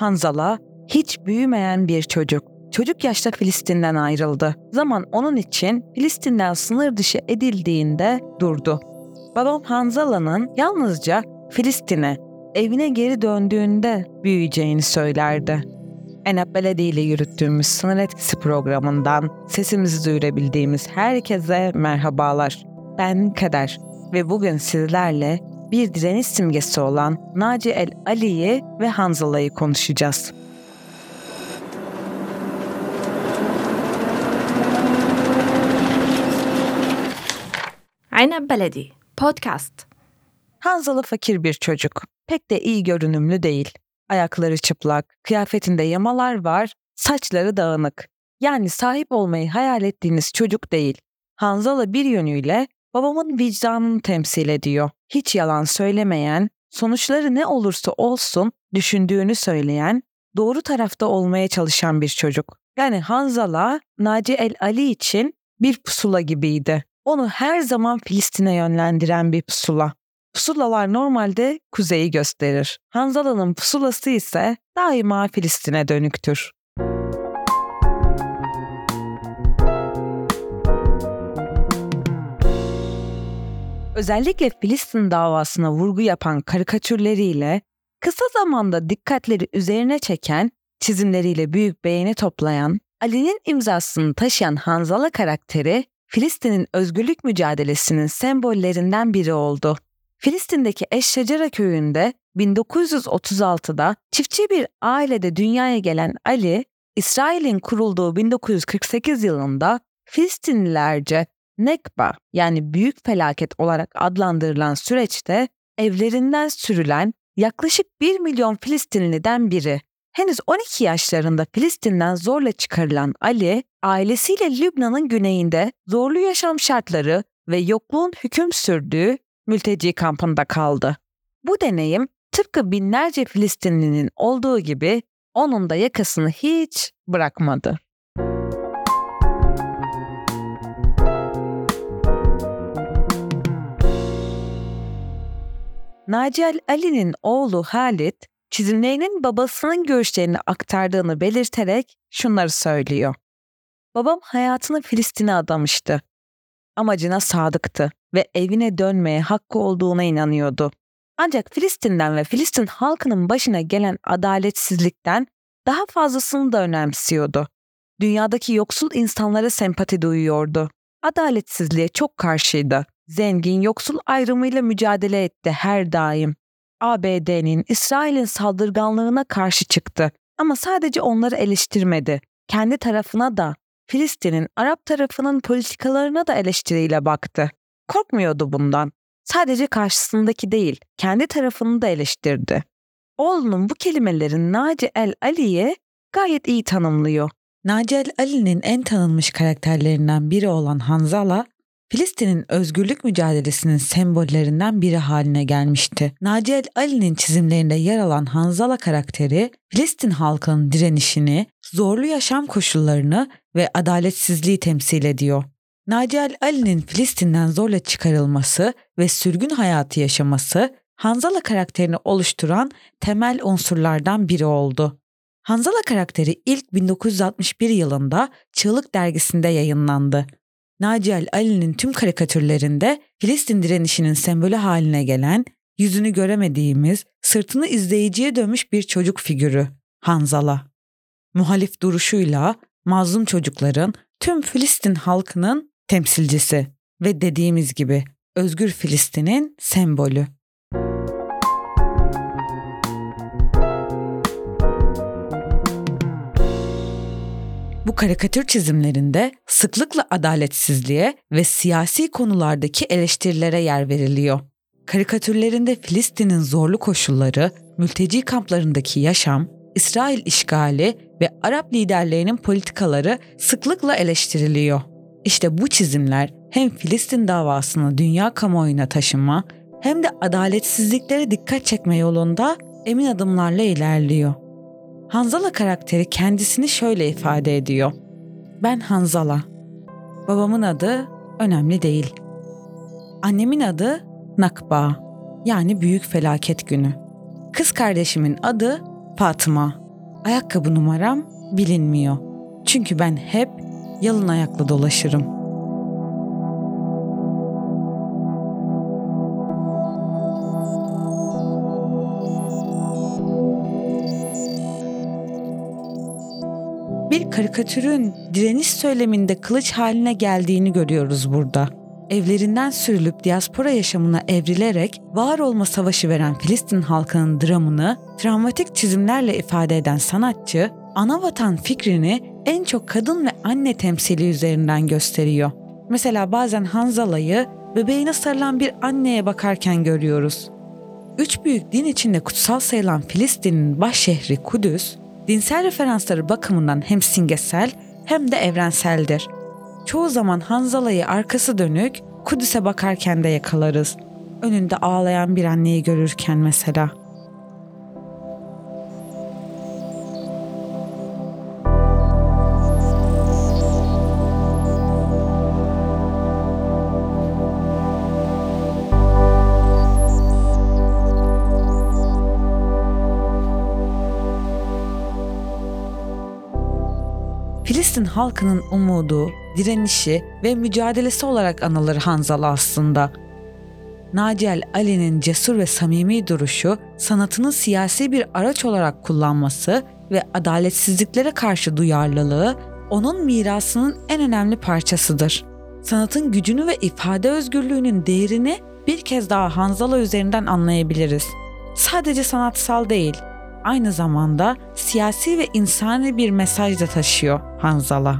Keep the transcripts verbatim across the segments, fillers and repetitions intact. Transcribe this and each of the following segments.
Hanzala hiç büyümeyen bir çocuk. Çocuk yaşta Filistin'den ayrıldı. Zaman onun için Filistin'den sınır dışı edildiğinde durdu. Babam Hanzala'nın yalnızca Filistin'e, evine geri döndüğünde büyüyeceğini söylerdi. Enab Beledi ile yürüttüğümüz Sınır Etkisi programından sesimizi duyurabildiğimiz herkese merhabalar. Ben Kader ve bugün sizlerle bir direniş simgesi olan Naci El Ali'yi ve Hanzala'yı konuşacağız. Enab Beledi Podcast. Hanzala fakir bir çocuk. Pek de iyi görünümlü değil. Ayakları çıplak, kıyafetinde yamalar var, saçları dağınık. Yani sahip olmayı hayal ettiğiniz çocuk değil. Hanzala bir yönüyle babamın vicdanını temsil ediyor. Hiç yalan söylemeyen, sonuçları ne olursa olsun düşündüğünü söyleyen, doğru tarafta olmaya çalışan bir çocuk. Yani Hanzala, Naci El Ali için bir pusula gibiydi. Onu her zaman Filistin'e yönlendiren bir pusula. Pusulalar normalde kuzeyi gösterir. Hanzala'nın pusulası ise daima Filistin'e dönüktür. Özellikle Filistin davasına vurgu yapan karikatürleriyle, kısa zamanda dikkatleri üzerine çeken, çizimleriyle büyük beğeni toplayan, Ali'nin imzasını taşıyan Hanzala karakteri, Filistin'in özgürlük mücadelesinin sembollerinden biri oldu. Filistin'deki Eşşecera köyünde bin dokuz yüz otuz altıda çiftçi bir ailede dünyaya gelen Ali, İsrail'in kurulduğu bin dokuz yüz kırk sekiz yılında Filistinlilerce Nekba yani büyük felaket olarak adlandırılan süreçte evlerinden sürülen yaklaşık bir milyon Filistinliden biri. Henüz on iki yaşlarında Filistin'den zorla çıkarılan Ali, ailesiyle Lübnan'ın güneyinde zorlu yaşam şartları ve yokluğun hüküm sürdüğü mülteci kampında kaldı. Bu deneyim tıpkı binlerce Filistinlinin olduğu gibi onun da yakasını hiç bırakmadı. Naci El Ali'nin oğlu Halit, çizimlerinin babasının görüşlerini aktardığını belirterek şunları söylüyor. Babam hayatını Filistin'e adamıştı. Amacına sadıktı ve evine dönmeye hakkı olduğuna inanıyordu. Ancak Filistin'den ve Filistin halkının başına gelen adaletsizlikten daha fazlasını da önemsiyordu. Dünyadaki yoksul insanlara sempati duyuyordu. Adaletsizliğe çok karşıydı. Zengin yoksul ayrımıyla mücadele etti her daim. A B D'nin İsrail'in saldırganlığına karşı çıktı ama sadece onları eleştirmedi. Kendi tarafına da Filistin'in Arap tarafının politikalarına da eleştiriyle baktı. Korkmuyordu bundan. Sadece karşısındaki değil, kendi tarafını da eleştirdi. Oğlunun bu kelimelerin Naci El Ali'yi gayet iyi tanımlıyor. Naci El Ali'nin en tanınmış karakterlerinden biri olan Hanzala, Filistin'in özgürlük mücadelesinin sembollerinden biri haline gelmişti. Naci El Ali'nin çizimlerinde yer alan Hanzala karakteri, Filistin halkının direnişini, zorlu yaşam koşullarını ve adaletsizliği temsil ediyor. Naci El Ali'nin Filistin'den zorla çıkarılması ve sürgün hayatı yaşaması, Hanzala karakterini oluşturan temel unsurlardan biri oldu. Hanzala karakteri ilk bin dokuz yüz altmış bir yılında Çığlık dergisinde yayınlandı. Naci El Ali'nin tüm karikatürlerinde Filistin direnişinin sembolü haline gelen, yüzünü göremediğimiz, sırtını izleyiciye dönmüş bir çocuk figürü Hanzala. Muhalif duruşuyla mazlum çocukların, tüm Filistin halkının temsilcisi ve dediğimiz gibi özgür Filistin'in sembolü. Bu karikatür çizimlerinde sıklıkla adaletsizliğe ve siyasi konulardaki eleştirilere yer veriliyor. Karikatürlerinde Filistin'in zorlu koşulları, mülteci kamplarındaki yaşam, İsrail işgali ve Arap liderlerinin politikaları sıklıkla eleştiriliyor. İşte bu çizimler hem Filistin davasını dünya kamuoyuna taşıma hem de adaletsizliklere dikkat çekme yolunda emin adımlarla ilerliyor. Hanzala karakteri kendisini şöyle ifade ediyor. Ben Hanzala. Babamın adı önemli değil. Annemin adı Nakba, yani büyük felaket günü. Kız kardeşimin adı Fatıma, Ayakkabı numaram bilinmiyor. Çünkü ben hep yalın ayakla dolaşırım. Bir karikatürün direniş söyleminde kılıç haline geldiğini görüyoruz burada. Evlerinden sürülüp diaspora yaşamına evrilerek var olma savaşı veren Filistin halkının dramını travmatik çizimlerle ifade eden sanatçı, ana vatan fikrini en çok kadın ve anne temsili üzerinden gösteriyor. Mesela bazen Hanzala'yı bebeğine sarılan bir anneye bakarken görüyoruz. Üç büyük din içinde kutsal sayılan Filistin'in baş şehri Kudüs, dinsel referansları bakımından hem simgesel hem de evrenseldir. Çoğu zaman Hanzala'yı arkası dönük Kudüs'e bakarken de yakalarız. Önünde ağlayan bir anneyi görürken mesela. Filistin halkının umudu, direnişi ve mücadelesi olarak anılır Hanzala aslında. Naci el-Ali'nin cesur ve samimi duruşu, sanatını siyasi bir araç olarak kullanması ve adaletsizliklere karşı duyarlılığı onun mirasının en önemli parçasıdır. Sanatın gücünü ve ifade özgürlüğünün değerini bir kez daha Hanzala üzerinden anlayabiliriz. Sadece sanatsal değil, aynı zamanda siyasi ve insani bir mesaj da taşıyor Hanzala.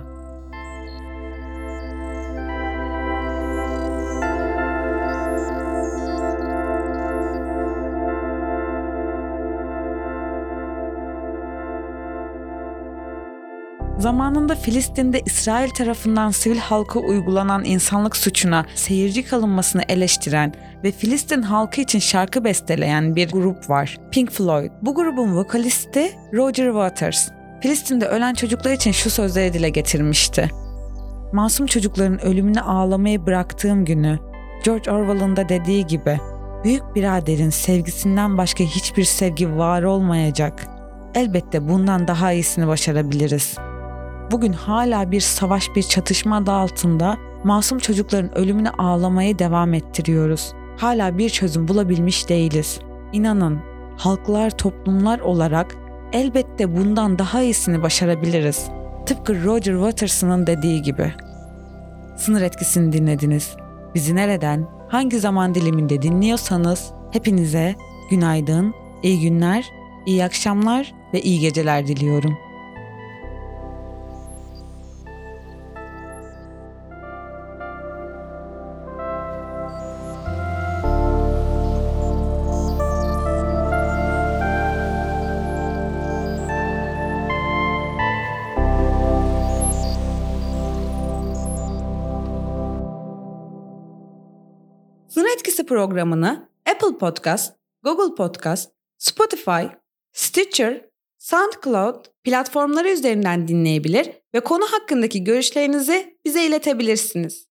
Zamanında Filistin'de İsrail tarafından sivil halka uygulanan insanlık suçuna seyirci kalınmasını eleştiren ve Filistin halkı için şarkı besteleyen bir grup var, Pink Floyd. Bu grubun vokalisti Roger Waters, Filistin'de ölen çocuklar için şu sözleri dile getirmişti. Masum çocukların ölümüne ağlamayı bıraktığım günü, George Orwell'ın da dediği gibi, büyük biraderin sevgisinden başka hiçbir sevgi var olmayacak. Elbette bundan daha iyisini başarabiliriz. Bugün hala bir savaş, bir çatışma adı altında masum çocukların ölümüne ağlamayı devam ettiriyoruz. Hala bir çözüm bulabilmiş değiliz. İnanın, halklar, toplumlar olarak elbette bundan daha iyisini başarabiliriz. Tıpkı Roger Waters'ın dediği gibi. Sınır etkisini dinlediniz. Bizi nereden, hangi zaman diliminde dinliyorsanız hepinize günaydın, iyi günler, iyi akşamlar ve iyi geceler diliyorum. Sınır Etkisi programını Apple Podcast, Google Podcast, Spotify, Stitcher, SoundCloud platformları üzerinden dinleyebilir ve konu hakkındaki görüşlerinizi bize iletebilirsiniz.